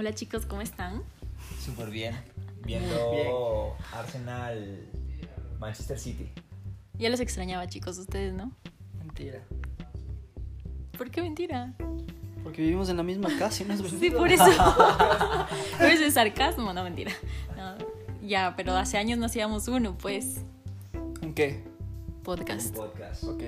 Hola chicos, ¿cómo están? Súper bien. Viendo Arsenal Manchester City. Ya los extrañaba, chicos, ustedes, ¿no? Mentira. ¿Por qué mentira? Porque vivimos en la misma casa y no es verdad. Sí, por eso. Por eso es sarcasmo, no mentira. No, ya, pero hace años no hacíamos uno, pues. ¿En qué? Podcast. Un podcast. Ok.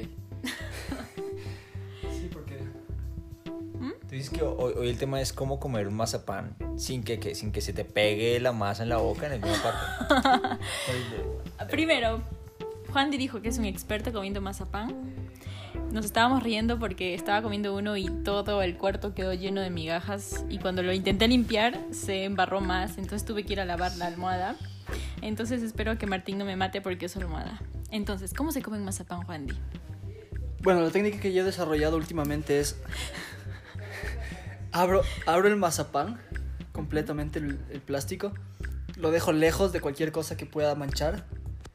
Sí, porque... Tú dices que hoy el tema es cómo comer un mazapán sin que se te pegue la masa en la boca en alguna parte. Primero, Juandi dijo que es un experto comiendo mazapán. Nos estábamos riendo porque estaba comiendo uno y todo el cuarto quedó lleno de migajas. Y cuando lo intenté limpiar, se embarró más. Entonces tuve que ir a lavar la almohada. Entonces espero que Martín no me mate porque es su almohada. Entonces, ¿cómo se come un mazapán, Juandi? Bueno, la técnica que yo he desarrollado últimamente es... Abro el mazapán, completamente el plástico. Lo dejo lejos de cualquier cosa que pueda manchar.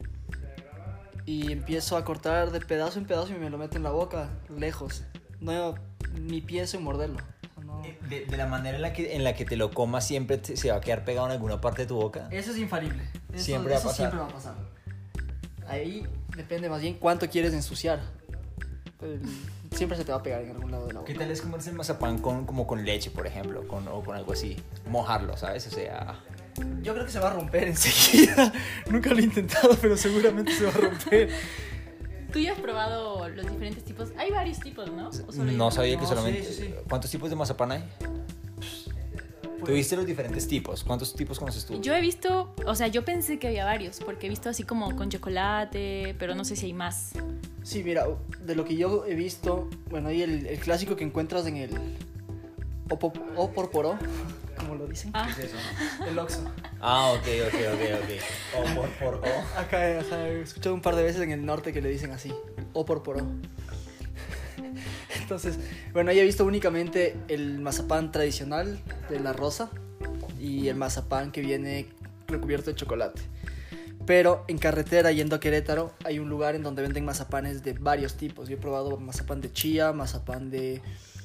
Y empiezo a cortar de pedazo en pedazo y me lo meto en la boca, lejos. No, ni pienso en morderlo. O sea, no... De la manera en la que te lo comas siempre se va a quedar pegado en alguna parte de tu boca. Eso es infalible. Eso Siempre va a pasar. siempre va a pasar. Ahí depende más bien cuánto quieres ensuciar. Siempre se te va a pegar en algún lado de la boca. ¿Qué tal es comerse el mazapán como con leche, por ejemplo? O con algo así. Mojarlo, ¿sabes? O sea... Yo creo que se va a romper enseguida. Nunca lo he intentado, pero seguramente se va a romper. ¿Tú ya has probado los diferentes tipos? Hay varios tipos, ¿no? ¿O solo hay No uno? sabía que No, solamente... sí. ¿Cuántos tipos de mazapán hay? ¿Tú viste los diferentes tipos? ¿Cuántos tipos conoces tú? Yo he visto, o sea, yo pensé que había varios, porque he visto así como con chocolate, pero no sé si hay más. Sí, mira, de lo que yo he visto, bueno, hay el clásico que encuentras en el Oporporó, como lo dicen. Ah, ¿Qué es eso? El Oxxo. Ah, ok. O por O. Acá he escuchado un par de veces en el norte que le dicen así, Oporporó. Entonces, bueno, yo he visto únicamente el mazapán tradicional de la rosa y el mazapán que viene recubierto de chocolate. Pero en carretera, yendo a Querétaro, hay un lugar en donde venden mazapanes de varios tipos. Yo he probado mazapán de chía, mazapán de...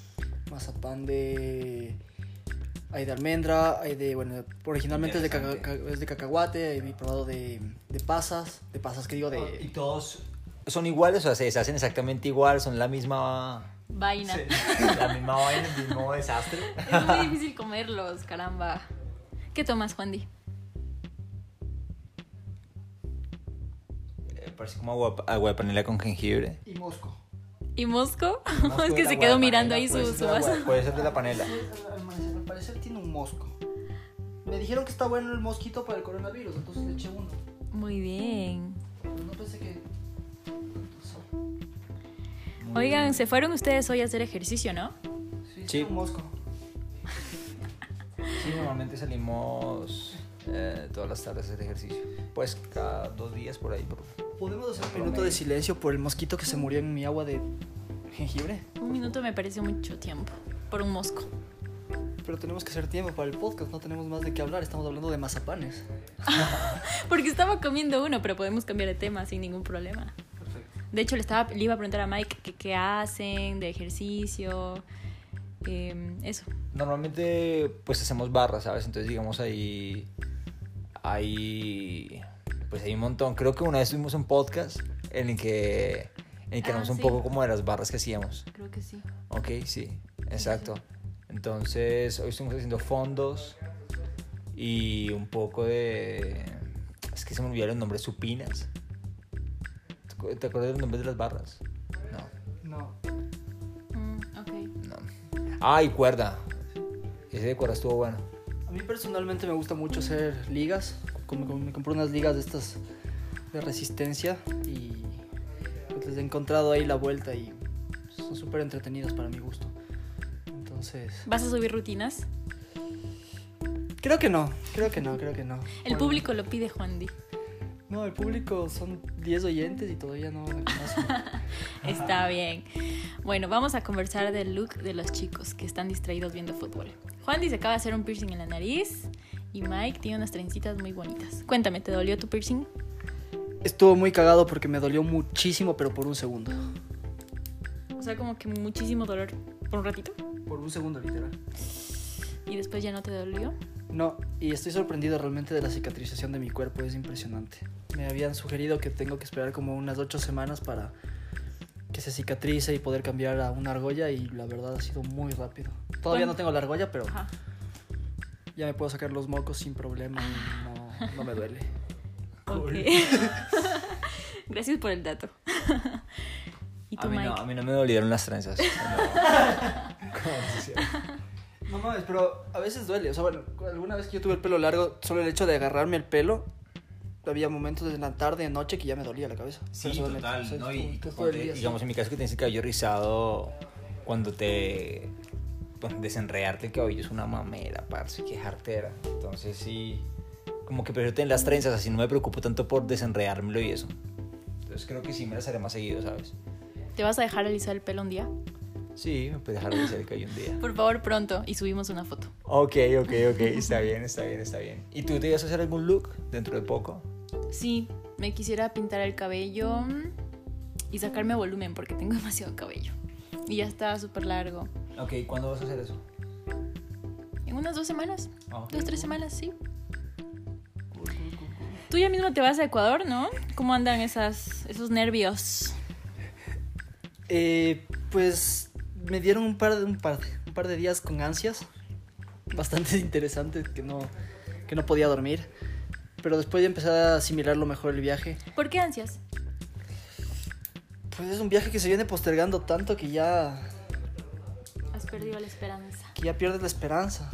Hay de almendra, hay de... Bueno, originalmente es de cacahuate, he probado de pasas que digo de... ¿Y todos son iguales? O sea, se hacen exactamente igual, son la misma... vaina. Sí, la misma vaina, el mismo desastre. Es muy difícil comerlos, caramba. ¿Qué tomas, Juandi? Parece como agua de panela con jengibre. Y mosco. ¿Y Mosco? Mosco Es del que se agua quedó de mirando panela, ahí puede su ser de vaso. puede ser de la panela. Al parecer tiene un mosco. Me dijeron que está bueno el mosquito para el coronavirus, entonces le eché uno. Muy bien. Pero no pensé que... Oigan, se fueron ustedes hoy a hacer ejercicio, ¿no? Sí, Sí. un mosco. Sí, normalmente salimos todas las tardes a hacer ejercicio. Pues cada 2 días por ahí. ¿Podemos hacer un minuto de silencio por el mosquito que se murió en mi agua de jengibre? Un minuto me parece mucho tiempo. Por un mosco. Pero tenemos que hacer tiempo para el podcast, no tenemos más de qué hablar, estamos hablando de mazapanes. Porque estaba comiendo uno, pero podemos cambiar de tema sin ningún problema. Perfecto. De hecho, le iba a preguntar a Mike qué hacen de ejercicio. Eso. Normalmente pues hacemos barras, ¿sabes? Entonces digamos pues hay un montón. Creo que una vez tuvimos un podcast en el que hablamos un sí. poco como de las barras que hacíamos. Creo que sí. Ok, sí, exacto. Entonces hoy estamos haciendo fondos y un poco de... Es que se me olvidaron los nombres, supinas. ¿Te acuerdas de los nombres de las barras? No. Ok. Ah, y cuerda. Ese de cuerda estuvo bueno. A mí personalmente me gusta mucho hacer ligas, me compré unas ligas de estas de resistencia y pues les he encontrado ahí la vuelta y son súper entretenidos para mi gusto. Entonces... ¿Vas a subir rutinas? Creo que no. El Bueno, público lo pide, Juandi. No, el público son 10 oyentes y todavía no me conocen. Está bien. Bueno, vamos a conversar del look de los chicos que están distraídos viendo fútbol. Juandi se acaba de hacer un piercing en la nariz y Mike tiene unas trencitas muy bonitas. Cuéntame, ¿te dolió tu piercing? Estuvo muy cagado porque me dolió muchísimo, pero por un segundo. O sea, como que muchísimo dolor por un ratito. Por un segundo, literal. ¿Y después ya no te dolió? No, y estoy sorprendido realmente de la cicatrización de mi cuerpo, es impresionante. Me habían sugerido que tengo que esperar como unas 8 semanas para que se cicatrice y poder cambiar a una argolla, y la verdad ha sido muy rápido. Todavía no tengo la argolla, pero Ajá. ya me puedo sacar los mocos sin problema y no me duele. Ok. Gracias por el dato. ¿Y tú, A mí Mike? no, a mí no me dolieron las trenzas. No mames, pero a veces duele. O sea, bueno, alguna vez que yo tuve el pelo largo, solo el hecho de agarrarme el pelo, había momentos de la tarde, de noche, que ya me dolía la cabeza. Sí, Pero solamente, total, o sea, ¿no? es Y como todo el día, digamos, en mi caso que tienes el cabello rizado, cuando te... Pues, desenredarte el cabello es una mamera, parce, que jartera. Entonces sí, como que prefiero tener las trenzas, así no me preocupo tanto por desenredármelo y eso. Entonces creo que sí me las haré más seguido, ¿sabes? ¿Te vas a dejar alisar el pelo un día? Sí, me puedes dejar rizar el cabello un día. Por favor, pronto. Y subimos una foto. Ok, está bien. ¿Y tú te ibas a hacer algún look dentro de poco? Sí, me quisiera pintar el cabello y sacarme volumen porque tengo demasiado cabello. Y ya está súper largo. Ok, ¿cuándo vas a hacer eso? En unas 2 semanas. Ok. 2-3 semanas, sí. Tú ya mismo te vas a Ecuador, ¿no? ¿Cómo andan esos nervios? Pues me dieron un par de días con ansias. Bastante interesante, que no podía dormir. Pero después ya empecé a asimilarlo mejor el viaje. ¿Por qué ansias? Pues es un viaje que se viene postergando tanto que ya Has perdido la esperanza. pierdes la esperanza.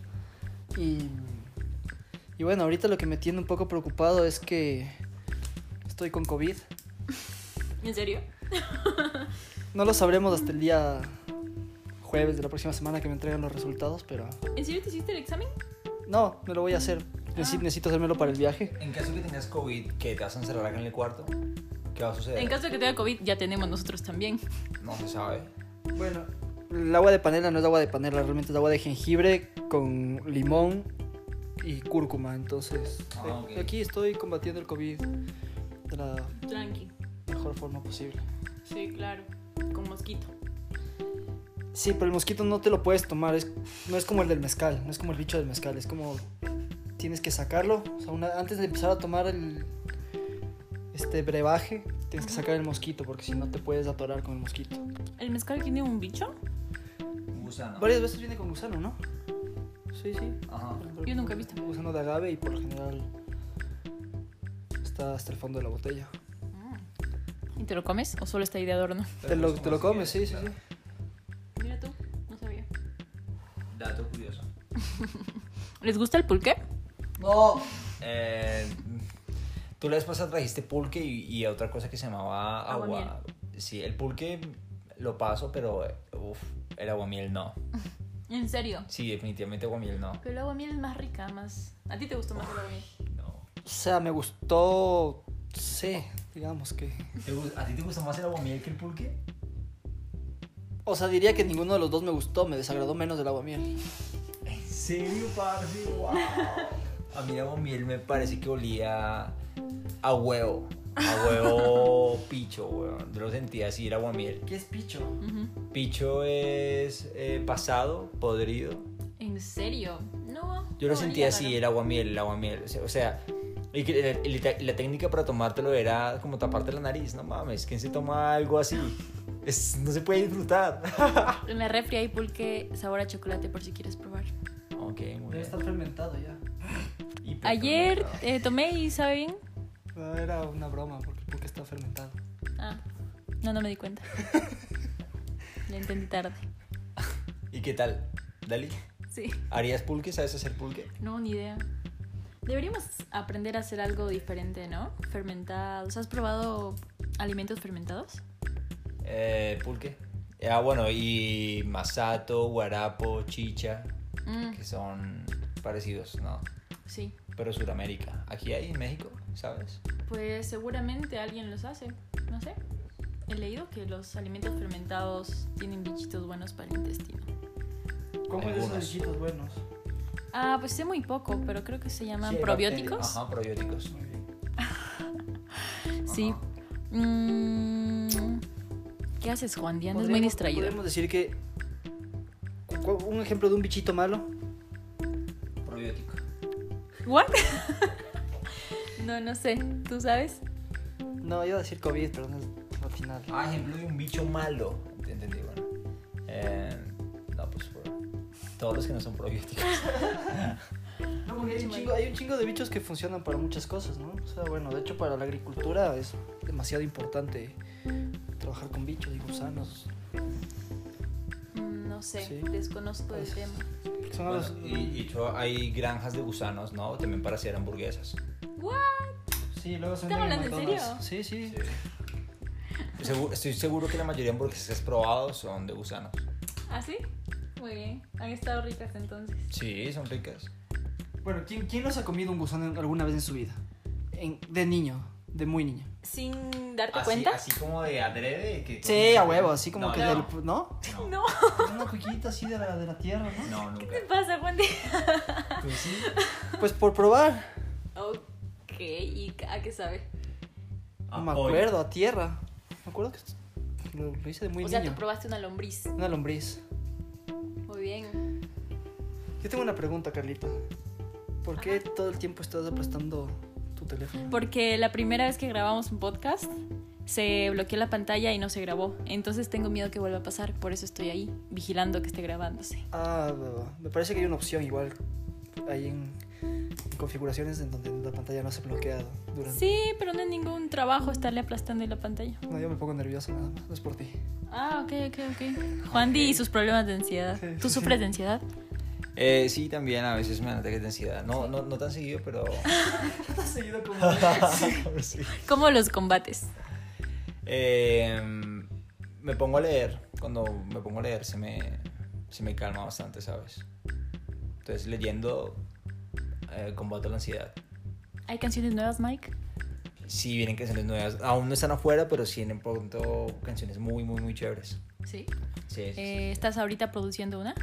Y bueno, ahorita lo que me tiene un poco preocupado es que estoy con COVID. ¿En serio? No lo sabremos hasta el día jueves de la próxima semana que me entregan los resultados, pero ¿En serio te hiciste el examen? no, me lo voy a hacer. Necesito hacérmelo para el viaje. En caso que tengas COVID, ¿qué te vas a encerrar acá en el cuarto? ¿Qué va a suceder? En caso de que tenga COVID, ya tenemos nosotros también. No se sabe. Bueno, el agua de panela no es agua de panela, realmente es agua de jengibre con limón y cúrcuma. Entonces, Ok. aquí estoy combatiendo el COVID de la Tranqui. mejor forma posible. Sí, claro. Con mosquito. Sí, pero el mosquito no te lo puedes tomar, no es como el del mezcal, no es como el bicho del mezcal, es como tienes que sacarlo, o sea, antes de empezar a tomar este brebaje, tienes que sacar el mosquito porque si no te puedes atorar con el mosquito. ¿El mezcal tiene un bicho? Gusano. Varias veces viene con gusano, ¿no? Sí. Ajá. Yo nunca he visto. Gusano de agave y por lo general está hasta el fondo de la botella. ¿Y te lo comes o solo está ahí de adorno? Te lo comes, sí. Mira tú, no sabía. Dato curioso. ¿Les gusta el pulque? No. Tú la vez pasada trajiste pulque y otra cosa que se llamaba agua. Aguamiel. Sí, el pulque lo paso, pero el aguamiel no. ¿En serio? Sí, definitivamente aguamiel no. Pero el aguamiel es más rica, más... ¿A ti te gustó más el aguamiel? No. O sea, me gustó, sí, digamos que... ¿A ti te gusta más el aguamiel que el pulque? O sea, diría que ninguno de los dos me gustó, me desagradó menos el aguamiel. ¿En serio, parce? ¡Wow! A mí el aguamiel me parece que olía a huevo. A huevo picho, weón. Yo lo sentía así, el aguamiel. ¿Qué es picho? Ujú. Picho es pasado, podrido. ¿En serio? No. Yo lo no sentía olía así, raro. el aguamiel. O sea, y que la técnica para tomártelo era como taparte la nariz. No mames, ¿quién se toma algo así? No se puede disfrutar. En la refri hay pulque sabor a chocolate por si quieres probar. Ok, muy Debe bien. estar fermentado ya. Ayer tomé y ¿sabe bien? No, era una broma porque está fermentado. Ah, no me di cuenta. Ya entendí tarde. ¿Y qué tal, Dali? Sí. ¿Harías pulque? ¿Sabes hacer pulque? No, ni idea. Deberíamos aprender a hacer algo diferente, ¿no? Fermentados. ¿Has probado alimentos fermentados? Pulque. Bueno, y masato, guarapo, chicha, que son parecidos, ¿no? Sí. Pero Sudamérica. Aquí hay en México, ¿sabes? Pues seguramente alguien los hace. No sé. He leído que los alimentos fermentados tienen bichitos buenos para el intestino. ¿Cómo es esos Algunos. bichitos buenos? Ah, pues sé muy poco, pero creo que se llaman Sí, hay probióticos. Ajá, probióticos. Muy bien. Sí. ¿Qué haces, Juan? Andas muy Podríamos- distraído. Podemos decir que un ejemplo de un bichito malo ¿What? No sé. ¿Tú sabes? No, iba a decir COVID, pero no es al final. Ejemplo de un bicho malo. Entendí, bueno. No, pues por todos los que no son probióticos. No, porque hay un chingo de bichos que funcionan para muchas cosas, ¿no? O sea, bueno, de hecho para la agricultura es demasiado importante trabajar con bichos y gusanos. No sé, Sí. desconozco el Pues, tema. Son Bueno, los... y de hecho hay granjas de gusanos, ¿no? También para hacer hamburguesas. ¿What? Sí, luego se ¿Estamos venden en hablando en McDonald's. Sí, sí. Estoy seguro que la mayoría de hamburguesas que has probado son de gusanos. ¿Ah, sí? Muy bien. Han estado ricas entonces. Sí, son ricas. Bueno, ¿quién nos ha comido un gusano alguna vez en su vida? De niño, de muy niño. ¿Sin darte cuenta? Así como de adrede. Que Sí, a huevo, así como No, que no. del... ¿No? No. Una cuquita así de la tierra, ¿no? No, nunca. ¿Qué pasa, Juan? Pues sí. Pues por probar. Ok, ¿y a qué sabe? No me acuerdo, a tierra. Me acuerdo que lo hice de muy O sea, niño. tú probaste una lombriz. Una lombriz. Muy bien. Yo tengo una pregunta, Carlita. ¿Por qué todo el tiempo estás aplastando tu teléfono? Porque la primera vez que grabamos un podcast se bloqueó la pantalla y no se grabó. Entonces tengo miedo que vuelva a pasar. Por eso estoy ahí, vigilando que esté grabándose. Me parece que hay una opción igual ahí en configuraciones en donde la pantalla no se bloquea durante... Sí, pero no es ningún trabajo estarle aplastando la pantalla. No, yo me pongo nervioso nada más, no es por ti. Ah, ok. Juan Di y sus problemas de ansiedad. Sí, ¿Tú sí, sufres sí. de ansiedad? Sí, también a veces me dan ataques de ansiedad. No tan seguido, pero... Has seguido como... Sí. ¿Cómo los combates? Me pongo a leer. Cuando me pongo a leer se me calma bastante, ¿sabes? Entonces leyendo combato la ansiedad. ¿Hay canciones nuevas, Mike? Sí, vienen canciones nuevas. Aún no están afuera, pero sí vienen pronto canciones muy, muy, muy chéveres. Sí. Sí, sí. ¿Estás ahorita produciendo una?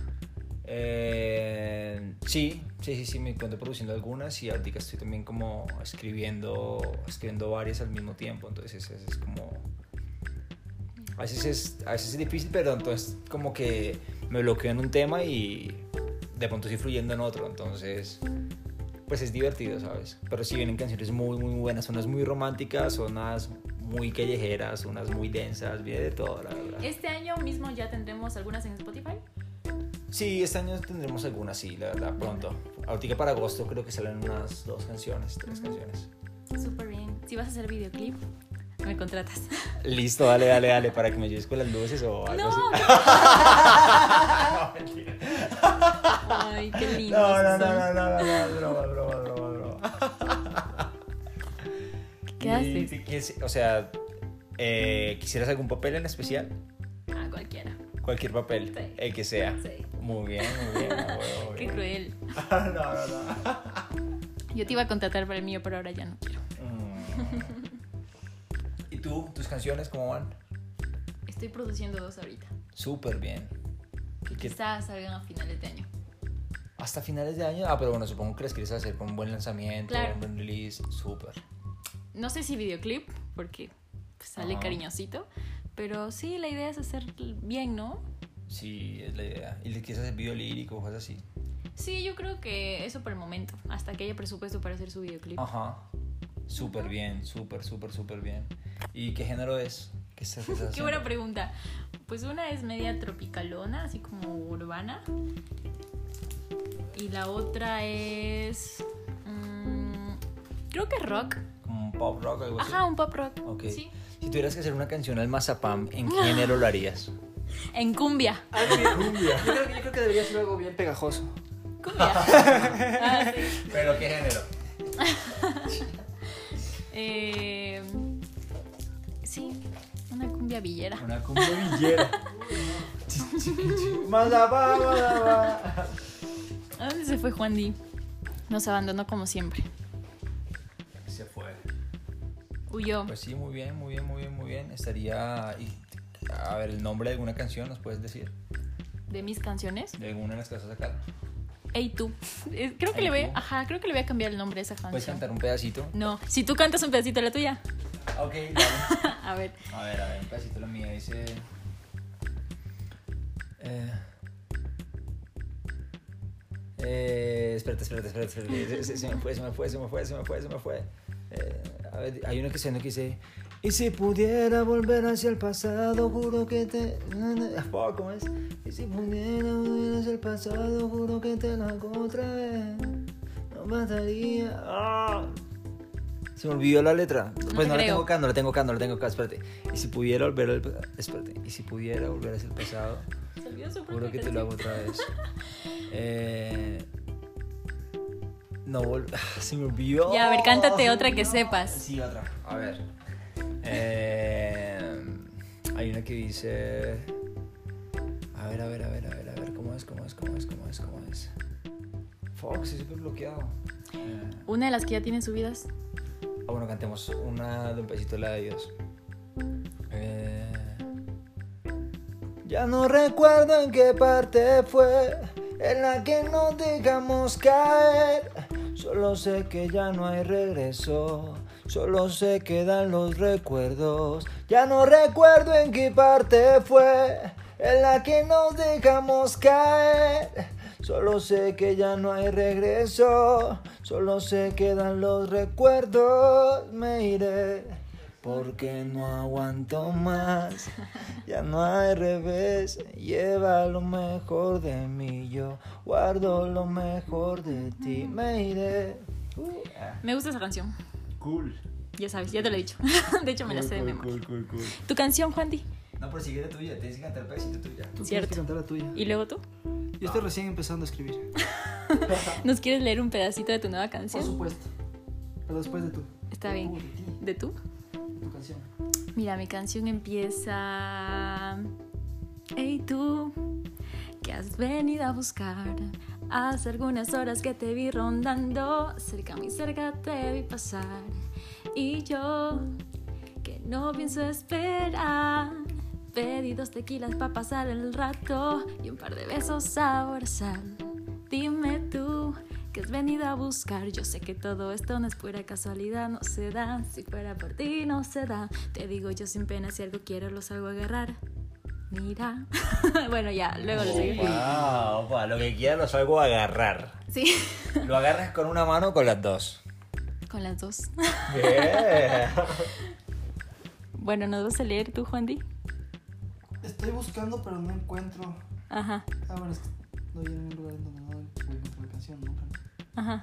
Sí, me encuentro produciendo algunas y ahorita estoy también como escribiendo varias al mismo tiempo, entonces es como... A veces es difícil, pero entonces como que me bloqueo en un tema y de pronto estoy fluyendo en otro, entonces pues es divertido, ¿sabes? Pero sí vienen canciones muy, muy buenas, unas muy románticas, unas muy callejeras, unas muy densas, viene de todo, la verdad. ¿Este año mismo ya tendremos algunas en Spotify? Sí, este año tendremos algunas, sí, la verdad, pronto. Ahorita para agosto creo que salen unas 3 canciones. Súper bien. Si vas a hacer videoclip, me contratas. Listo, dale, para que me ayudes con las luces o algo así. No. No, mentira. Ay, qué lindo. No, broma. ¿Qué haces? O sea, ¿quisieras algún papel en especial? Ah, cualquiera. Cualquier papel, Sí. el que sea. Sí. Muy bien, muy Qué bien. cruel. No. Yo te iba a contratar para el mío, pero ahora ya no quiero. ¿Y tú, tus canciones cómo van? Estoy produciendo 2 ahorita. Súper bien. Que ¿Qué- quizás salgan a finales de año. Hasta finales de año. Pero bueno, supongo que las quieres hacer con un buen lanzamiento, Claro. un buen release. Súper. No sé si videoclip, porque pues, sale Ajá. cariñosito. Pero sí, la idea es hacer bien, ¿no? Sí, es la idea. ¿Y le quieres hacer video lírico o cosas así? Sí, yo creo que eso por el momento. Hasta que haya presupuesto para hacer su videoclip. Ajá. Súper bien, súper bien. ¿Y qué género es? ¿Qué estás haciendo? Qué buena pregunta. Pues una es media tropicalona, así como urbana. Y la otra es... creo que rock. ¿Como un pop rock o algo así? Ajá, un pop rock. Ok. Sí. Si tuvieras que hacer una canción al mazapán, ¿en qué género lo harías? En cumbia. Yo creo que debería ser algo bien pegajoso. Cumbia. Ah, sí. ¿Pero qué género? Sí, una cumbia villera. Una cumbia villera. Mazapán. ¿A dónde se fue Juan Di? Nos abandonó como siempre. Se fue. Huyó. Pues sí, muy bien. Estaría... A ver, el nombre de alguna canción, ¿nos puedes decir? De mis canciones. De alguna de las que vas a sacar. Ey tú. Creo que Ey, le voy, tú. creo que le voy a cambiar el nombre a esa ¿Puedes canción. cantar un pedacito? No, si tú cantas un pedacito de la tuya. Ok, dale. A ver. A ver, un pedacito de la mía. Dice... Espérate. Se me fue. A ver, hay una que se dice: y si pudiera volver hacia el pasado, juro que te... ¿Cómo es? Y si pudiera volver hacia el pasado, juro que te la hago otra vez. No mataría. Se me olvidó la letra. Pues no la tengo acá, espérate. Y si pudiera volver hacia el pasado, Se olvidó su juro propia que te lo hago canción. otra vez. Se me olvidó. Ya, a ver, cántate otra que sepas. Sí, otra. A ver. Hay una que dice... A ver, ¿cómo es? Fuck, estoy súper bloqueado. Una de las que ya tienen subidas. Bueno, cantemos una de un pedacito de la de Dios. Ya no recuerdo en qué parte fue en la que nos dejamos caer. Solo sé que ya no hay regreso. Solo se quedan los recuerdos. Ya no recuerdo en qué parte fue en la que nos dejamos caer. Solo sé que ya no hay regreso. Solo se quedan los recuerdos. Me iré porque no aguanto más. Ya no hay revés. Lleva lo mejor de mí. Yo guardo lo mejor de ti. Me iré. Me gusta esa canción. Cool. Ya sabes, ya te lo he dicho. De hecho, me la sé de memoria. Cool. ¿Tu canción, Juandi? No, pero sigue la tuya. Tienes que cantar el pedacito tuya. Tú tienes Cierto. que cantar la tuya. ¿Y luego tú? Yo estoy recién empezando a escribir. ¿Nos quieres leer un pedacito de tu nueva Por canción? supuesto. Pero después de tú. Está bien. De ti, ¿De tú? de tu canción. Mira, mi canción empieza... Hey tú, que has venido a buscar. Hace algunas horas que te vi rondando. Muy cerca te vi pasar. Y yo, que no pienso esperar. Pedí 2 tequilas pa' pasar el rato y un par de besos a abrazar. Dime tú, que has venido a buscar. Yo sé que todo esto no es pura casualidad, no se da. Si fuera por ti, no se da. Te digo yo sin pena, si algo quiero, lo salgo a agarrar. Mira. Bueno, ya, luego lo sigo. Wow, para lo que quieras lo salgo a agarrar. Sí, ¿Lo agarras con una mano o con las dos? con las dos. Bien. Bueno, ¿nos vas a leer tú, Juandi? Estoy buscando, pero no encuentro. Ajá, Bueno, es que no hay un lugar en donde no encuentro la canción nunca. ajá.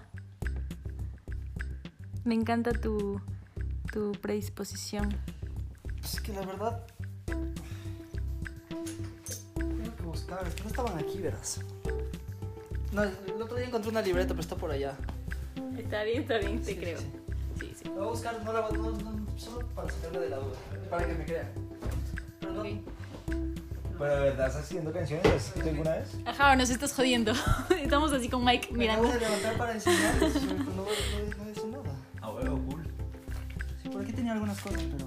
Me encanta tu predisposición. Pues es que la verdad. Tengo que buscar. Es que no estaban aquí, verás. No, el otro día encontré una libreta, pero está por allá. Está bien, te Sí, creo. sí. Sí. La voy a buscar, no, solo para sacarle de la duda. Para que me crean. Pero no. Ok. ¿Pero de verdad estás haciendo canciones? ¿Has escrito alguna vez? Ajá, nos estás jodiendo. Estamos así con Mike Me mirando. acabo de levantar para enseñarles, pero no hice nada. Ah, bueno, cool. Sí, por aquí tenía algunas cosas, pero.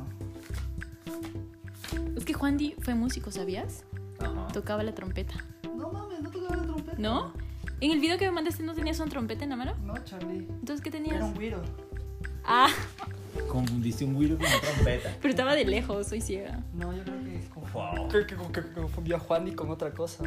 Es que Juandi fue músico, ¿sabías? Ajá. Tocaba la trompeta. No mames, no tocaba la trompeta. ¿No? En el video que me mandaste no tenías una trompeta en la mano. No, Charlie. Entonces, ¿qué tenías? Era un güiro. Ah, Confundiste un güiro con una trompeta. pero estaba de lejos, soy ciega. No, yo creo que. Wow. Creo que confundió a Juan y con otra cosa.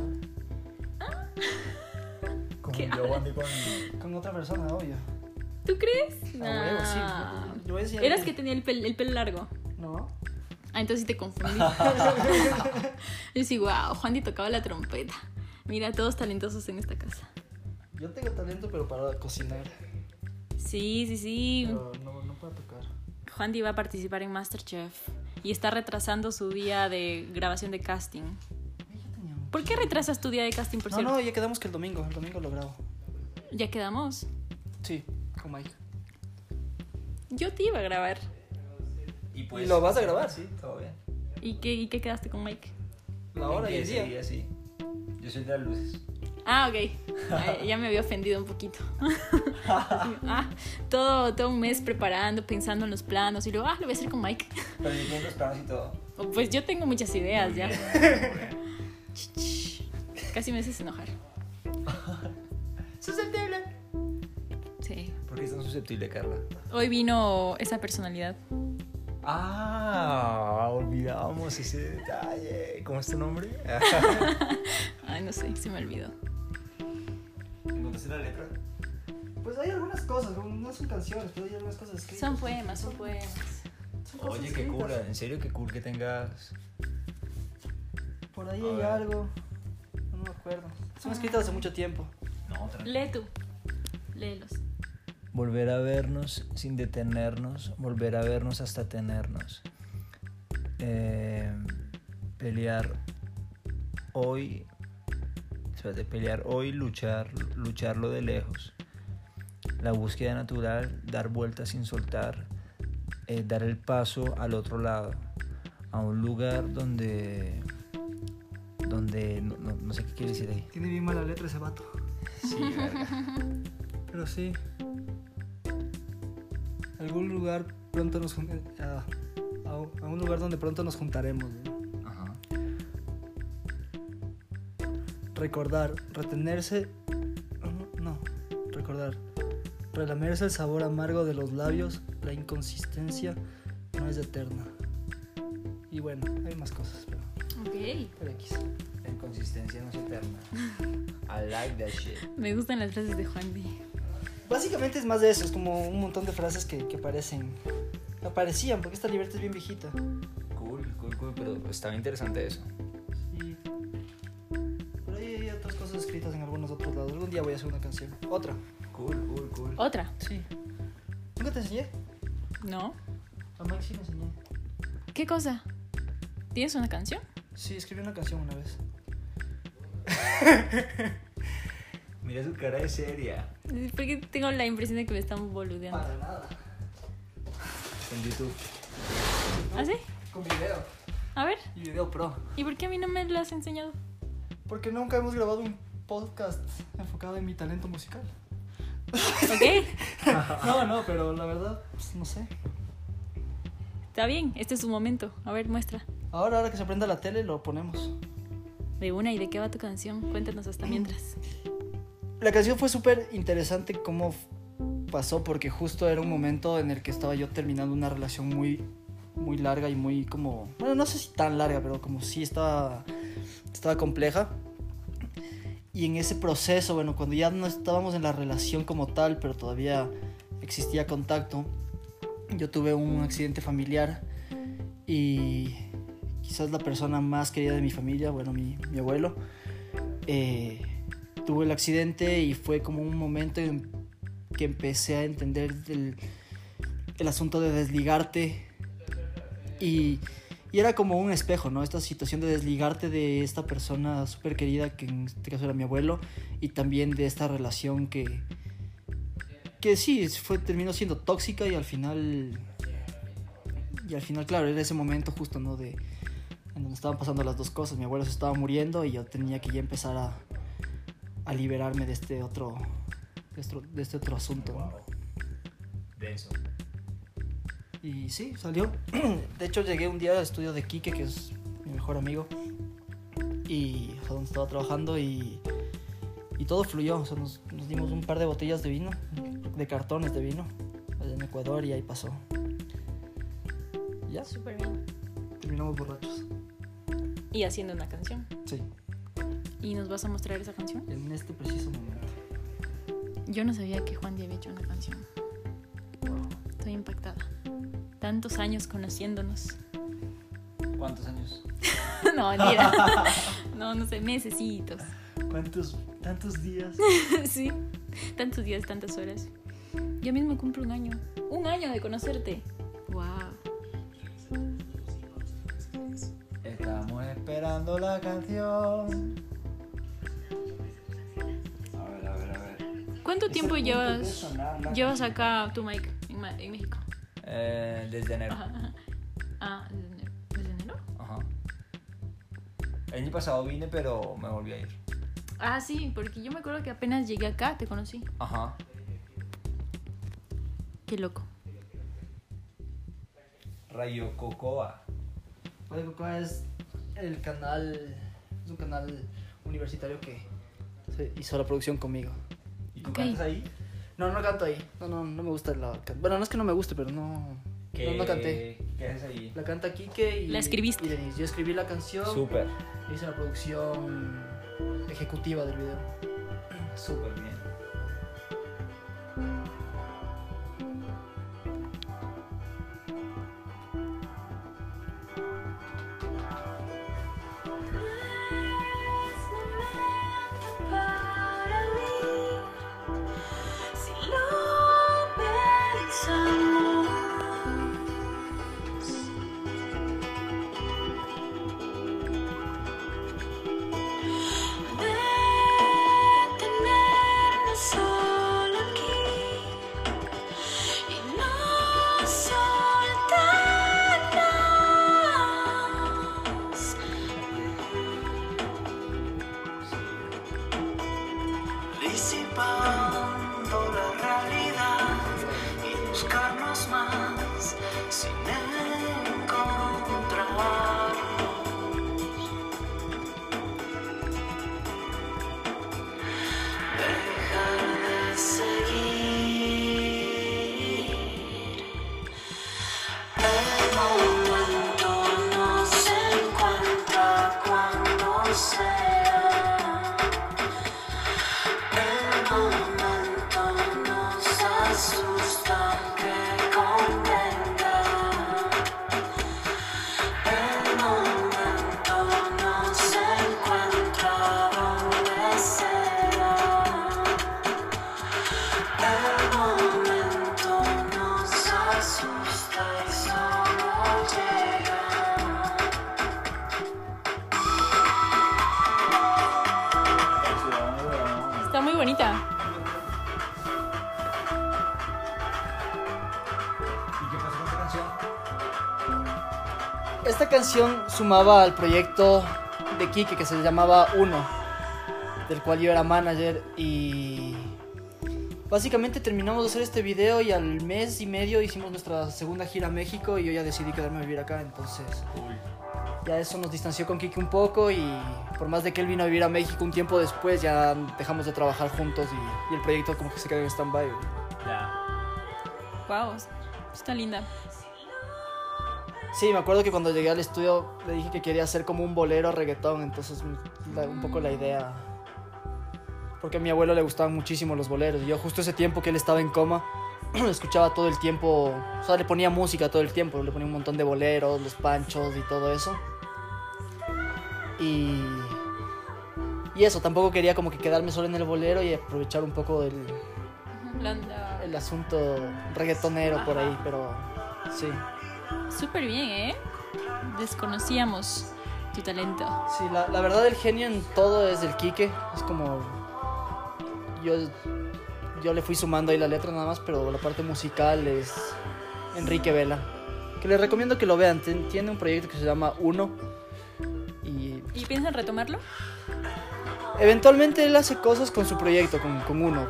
Confundió a Wandy Con otra persona, obvio. ¿Tú crees? A huevo, sí. Nah. Lo voy a enseñar. Eras que tenía el pelo largo. No. Ah, entonces sí te confundí. Yo sí, wow, Juandi tocaba la trompeta. Mira, todos talentosos en esta casa. Yo tengo talento, pero para cocinar. Sí. Pero no puedo tocar. Juandi va a participar en MasterChef y está retrasando su día de grabación de casting. ¿Por qué retrasas tu día de casting, por cierto? No, ya quedamos que el domingo lo grabo. ¿Ya quedamos? Sí, con Mike. Yo te iba a grabar. ¿Y ¿Y lo vas a grabar? Sí, todo bien. ¿Y qué quedaste con Mike? La hora y el Ese día. sí. Yo soy de las luces. Ah, ok. Ya me había ofendido un poquito. Todo un mes preparando, pensando en los planos y luego, lo voy a hacer con Mike. Pero yo tengo los planos y todo. Pues yo tengo muchas ideas ya. Muy bien. Casi me haces enojar. Susceptible. Sí. ¿Por qué es tan susceptible, Carla? Hoy vino esa personalidad. Olvidamos ese detalle. ¿Cómo es tu nombre? Ay, no sé, se me olvidó. ¿Encontraste la letra? Pues hay algunas cosas, no son canciones, pero hay algunas cosas escritas. Son poemas. Son cosas Oye, qué escritas. cool, en serio, qué cool que tengas. Por ahí A hay ver. algo. No me acuerdo. Son escritas hace mucho tiempo. No, tranquilo. Lee tú. Léelos. Volver a vernos sin detenernos, volver a vernos hasta tenernos. Pelear hoy, lucharlo de lejos. La búsqueda natural, dar vueltas sin soltar, dar el paso al otro lado, a un lugar donde no sé qué quiere decir ahí. Tiene bien mala letra ese vato. Sí, verga. Pero sí. Algún lugar pronto nos a un lugar donde pronto nos juntaremos, ¿no? Ajá. Recordar, retenerse. Recordar. Relamerse el sabor amargo de los labios, la inconsistencia no es eterna. Y bueno, hay más cosas, pero X. La inconsistencia no es eterna. I like that shit. Me gustan las frases de Juan D. Básicamente es más de eso, es como un montón de frases que aparecían, porque esta libreta es bien viejita. Cool, pero estaba interesante eso. Sí. Pero hay otras cosas escritas en algunos otros lados. Algún día voy a hacer una canción. Otra. Cool. ¿Otra? Sí. ¿Nunca te enseñé? No. A Mike sí me enseñé. ¿Qué cosa? ¿Tienes una canción? Sí, escribí una canción una vez. Mira su cara de seria. Porque tengo la impresión de que me están boludeando. Para nada. En YouTube. ¿Ah, sí? Con video. A ver. Y video pro. ¿Y por qué a mí no me lo has enseñado? Porque nunca hemos grabado un podcast enfocado en mi talento musical. ¿Ok? No, pero la verdad, pues, no sé. Está bien, este es su momento. A ver, muestra. Ahora que se prenda la tele lo ponemos. De una, ¿y de qué va tu canción? Cuéntanos hasta mientras. La canción fue súper interesante cómo pasó, porque justo era un momento en el que estaba yo terminando una relación muy, muy larga y muy como... Bueno, no sé si tan larga, pero como sí estaba compleja. Y en ese proceso, bueno, cuando ya no estábamos en la relación como tal, pero todavía existía contacto, yo tuve un accidente familiar y quizás la persona más querida de mi familia, bueno, mi abuelo, tuvo el accidente y fue como un momento en que empecé a entender el asunto de desligarte y era como un espejo, ¿no? Esta situación de desligarte de esta persona súper querida, que en este caso era mi abuelo, y también de esta relación que sí, terminó siendo tóxica y al final, claro, era ese momento justo, ¿no? En donde estaban pasando las dos cosas. Mi abuelo se estaba muriendo y yo tenía que ya empezar a liberarme de este otro asunto, ¿no? Denso. Y sí, salió. De hecho, llegué un día al estudio de Quique, que es mi mejor amigo, y o sea, donde estaba trabajando, y todo fluyó. O sea, nos dimos un par de botellas de vino, de cartones de vino, allá en Ecuador, y ahí pasó. Y ya, Súper bien. terminamos borrachos. Y haciendo una canción. Sí, ¿Y nos vas a mostrar esa canción? en este preciso momento. Yo no sabía que Juan D había hecho una canción. Estoy impactada. Tantos años conociéndonos. ¿Cuántos años? No, mentira. No sé, mesecitos. ¿Tantos días? Sí, tantos días, tantas horas. Yo mismo cumplo un año. Un año de conocerte. Wow. Estamos esperando la canción. A ver. ¿Cuánto tiempo Es el punto de llevas sonar la llevas canción. acá tu mic en México? Desde enero. Ajá. Ah, ¿desde enero? Ajá. El año pasado vine, pero me volví a ir. Ah, sí, porque yo me acuerdo que apenas llegué acá te conocí. Ajá. Qué loco. Rayo Cocoa. Radio Cocoa es el canal, es un canal universitario que se hizo la producción conmigo. ¿Y tú Ok. cantas ahí? No canto ahí. No me gusta bueno, no es que no me guste, pero no canté. ¿Qué haces ahí? La canta Quique y ¿La escribiste? y Denise. Yo escribí la canción. Súper. Hice la producción ejecutiva del video. Súper bien. esquivando la realidad y buscarnos más sin encontrarnos. Dejar de seguir. El momento no se encuentra cuando sea. El momento nos asusta que convenga. El momento no se encuentra donde sea. El momento nos asusta y solo llega. Está muy bonita. ¿Y qué pasó con esta canción? Esta canción sumaba al proyecto de Quique que se llamaba Uno, del cual yo era manager, y básicamente terminamos de hacer este video y al mes y medio hicimos nuestra segunda gira a México y yo ya decidí quedarme a vivir acá, entonces ya eso nos distanció con Quique un poco y por más de que él vino a vivir a México un tiempo después ya dejamos de trabajar juntos y el proyecto como que se quedó en stand-by. Ya. Wow, está linda. Sí, me acuerdo que cuando llegué al estudio le dije que quería hacer como un bolero reggaetón, entonces un poco la idea. Porque a mi abuelo le gustaban muchísimo los boleros. Y yo justo ese tiempo que él estaba en coma, escuchaba todo el tiempo, o sea, le ponía música todo el tiempo, le ponía un montón de boleros, los panchos y todo eso. Y eso, tampoco quería como que quedarme solo en el bolero y aprovechar un poco el asunto reggaetonero por ahí, pero sí. Súper bien, ¿eh? Desconocíamos tu talento. Sí, la verdad el genio en todo es del Quique. Es como... Yo le fui sumando ahí la letra nada más, pero la parte musical es Enrique Vela. Que les recomiendo que lo vean. Tiene un proyecto que se llama Uno. ¿Y piensan retomarlo? Eventualmente él hace cosas con su proyecto, con Uno.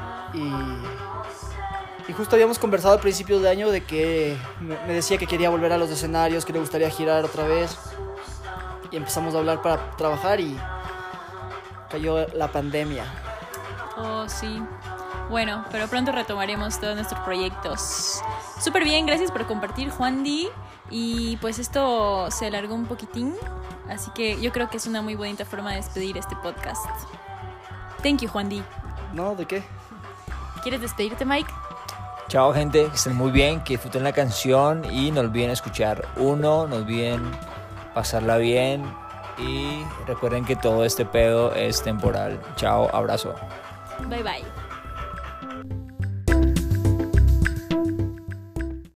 Y justo habíamos conversado al principio de año de que me decía que quería volver a los escenarios, que le gustaría girar otra vez. Y empezamos a hablar para trabajar y cayó la pandemia. Oh, sí. Bueno, pero pronto retomaremos todos nuestros proyectos. Súper bien, gracias por compartir, Juan Di. Y pues esto se alargó un poquitín, así que yo creo que es una muy bonita forma de despedir este podcast. Thank you, Juan Di. ¿No? ¿De qué? ¿Quieres despedirte, Mike? Chao, gente, que estén muy bien, que disfruten la canción y no olviden escuchar Uno, no olviden pasarla bien y recuerden que todo este pedo es temporal. Chao, abrazo. Bye, bye.